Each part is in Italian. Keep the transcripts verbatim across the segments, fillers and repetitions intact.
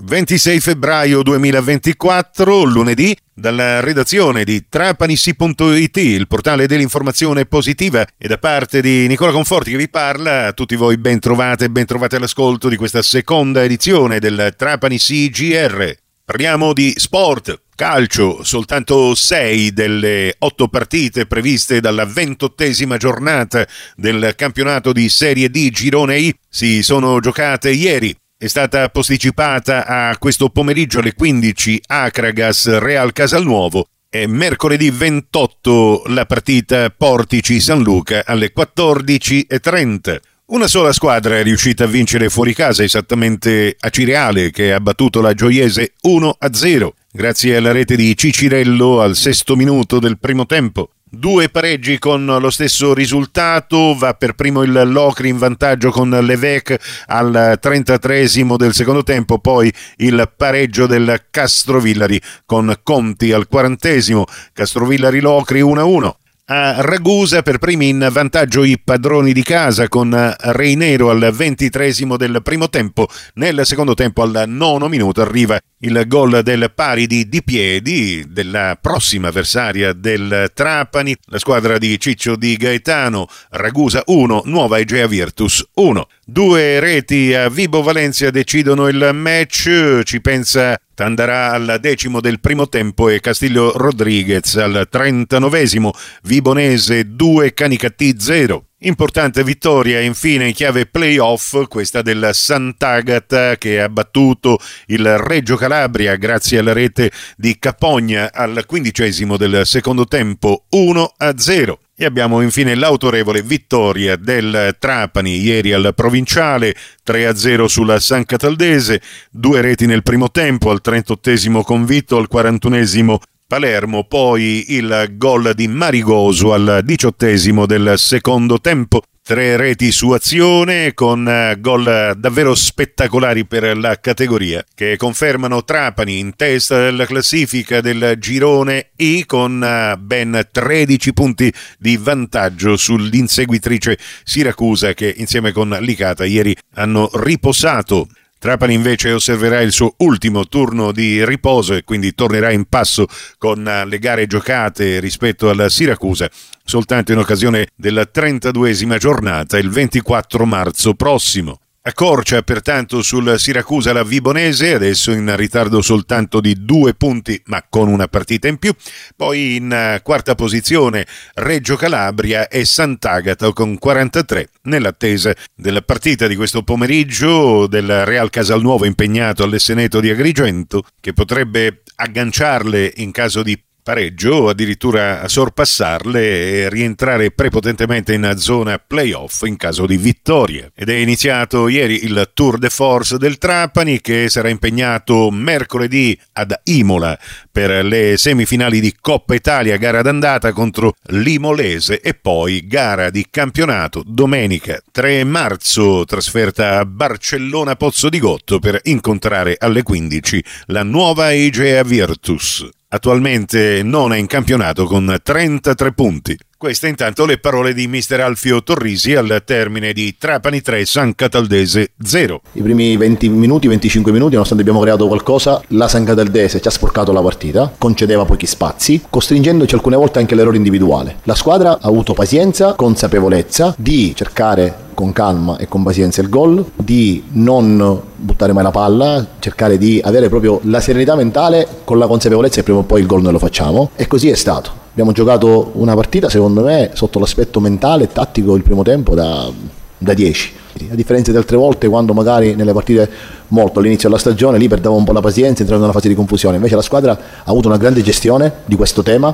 ventisei febbraio duemilaventiquattro, lunedì, dalla redazione di Trapanissi punto it, il portale dell'informazione positiva, e da parte di Nicola Conforti che vi parla, a tutti voi ben trovate e ben trovate all'ascolto di questa seconda edizione del Trapanissi G R. Parliamo di sport, calcio, soltanto sei delle otto partite previste dalla ventottesima giornata del campionato di Serie D Girone I si sono giocate ieri. È stata posticipata a questo pomeriggio alle quindici Acragas Real Casalnuovo e mercoledì ventotto la partita Portici San Luca alle quattordici e trenta. Una sola squadra è riuscita a vincere fuori casa, esattamente Acireale, che ha battuto la Gioiese uno a zero, grazie alla rete di Cicirello al sesto minuto del primo tempo. Due pareggi con lo stesso risultato, va per primo il Locri in vantaggio con l'Evec al trentatreesimo del secondo tempo, poi il pareggio del Castrovillari con Conti al quarantesimo, Castrovillari-Locri uno a uno. A Ragusa per primi in vantaggio i padroni di casa con Reinero al ventitreesimo del primo tempo. Nel secondo tempo al nono minuto arriva il gol del pari di Di Piedi, della prossima avversaria del Trapani, la squadra di Ciccio Di Gaetano. Ragusa uno, Nuova Egea Virtus uno. Due reti a Vibo Valencia decidono il match, ci pensa Tandarà al decimo del primo tempo e Castillo Rodriguez al trentanovesimo, Vibonese due, Canicattì zero. Importante vittoria infine in chiave playoff, questa del Sant'Agata che ha battuto il Reggio Calabria grazie alla rete di Capogna al quindicesimo del secondo tempo uno a zero. E abbiamo infine l'autorevole vittoria del Trapani ieri al Provinciale tre a zero sulla San Cataldese, due reti nel primo tempo, al trentottesimo Convitto, al quarantunesimo Palermo, poi il gol di Marigoso al diciottesimo del secondo tempo. Tre reti su azione con gol davvero spettacolari per la categoria che confermano Trapani in testa della classifica del girone I con ben tredici punti di vantaggio sull'inseguitrice Siracusa che insieme con Licata ieri hanno riposato. Trapani invece osserverà il suo ultimo turno di riposo e quindi tornerà in passo con le gare giocate rispetto alla Siracusa soltanto in occasione della trentaduesima giornata il ventiquattro marzo prossimo. Accorcia pertanto sul Siracusa la Vibonese, adesso in ritardo soltanto di due punti ma con una partita in più. Poi in quarta posizione Reggio Calabria e Sant'Agata con quarantatré, nell'attesa della partita di questo pomeriggio del Real Casalnuovo impegnato all'Esseneto di Agrigento, che potrebbe agganciarle in caso di pareggio o addirittura sorpassarle e rientrare prepotentemente in zona playoff in caso di vittoria. Ed è iniziato ieri il Tour de Force del Trapani che sarà impegnato mercoledì ad Imola per le semifinali di Coppa Italia, gara d'andata contro l'Imolese, e poi gara di campionato domenica tre marzo, trasferta a Barcellona Pozzo di Gotto per incontrare alle quindici la Nuova Egea Virtus. Attualmente nona in campionato con trentatré punti. Queste intanto le parole di mister Alfio Torrisi al termine di Trapani tre, San Cataldese zero. I primi venti minuti, venticinque minuti, nonostante abbiamo creato qualcosa, la San Cataldese ci ha sporcato la partita, concedeva pochi spazi, costringendoci alcune volte anche all'errore individuale. La squadra ha avuto pazienza, consapevolezza di cercare con calma e con pazienza il gol, di non buttare mai la palla, cercare di avere proprio la serenità mentale con la consapevolezza che prima o poi il gol noi lo facciamo, e così è stato. Abbiamo giocato una partita, secondo me, sotto l'aspetto mentale e tattico il primo tempo da, da dieci. A differenza di altre volte, quando magari nelle partite molto all'inizio della stagione lì perdeva un po' la pazienza, entrava in una fase di confusione. Invece la squadra ha avuto una grande gestione di questo tema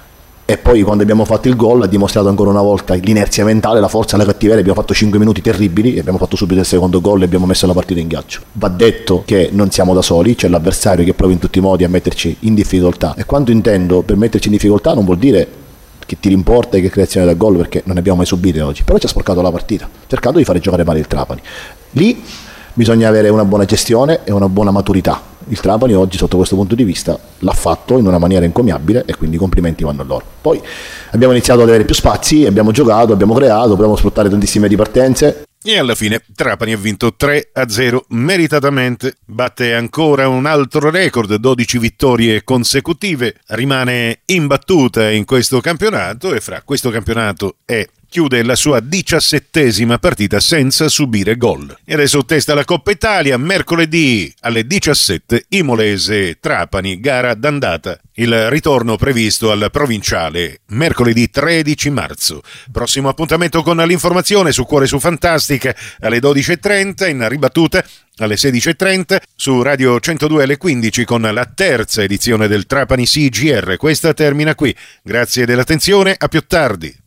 e poi quando abbiamo fatto il gol ha dimostrato ancora una volta l'inerzia mentale, la forza, la cattiveria. Abbiamo fatto cinque minuti terribili e abbiamo fatto subito il secondo gol e abbiamo messo la partita in ghiaccio. Va detto che non siamo da soli, c'è l'avversario che prova in tutti i modi a metterci in difficoltà, e quanto intendo per metterci in difficoltà non vuol dire che tiri in porta e che creazione da gol, perché non ne abbiamo mai subite oggi, però ci ha sporcato la partita cercando di fare giocare male il Trapani. Lì bisogna avere una buona gestione e una buona maturità. Il Trapani oggi sotto questo punto di vista l'ha fatto in una maniera encomiabile e quindi i complimenti vanno a loro. Poi abbiamo iniziato ad avere più spazi, abbiamo giocato, abbiamo creato, potevamo sfruttare tantissime ripartenze. E alla fine Trapani ha vinto tre a zero meritatamente, batte ancora un altro record, dodici vittorie consecutive, rimane imbattuta in questo campionato e fra questo campionato e chiude la sua diciassettesima partita senza subire gol. E adesso testa la Coppa Italia, mercoledì alle diciassette Imolese-Trapani, gara d'andata. Il ritorno previsto al provinciale mercoledì tredici marzo. Prossimo appuntamento con l'informazione su Cuore su Fantastica alle dodici e trenta, in ribattuta alle sedici e trenta su Radio centodue alle quindici con la terza edizione del Trapani C G R. Questa termina qui. Grazie dell'attenzione, a più tardi.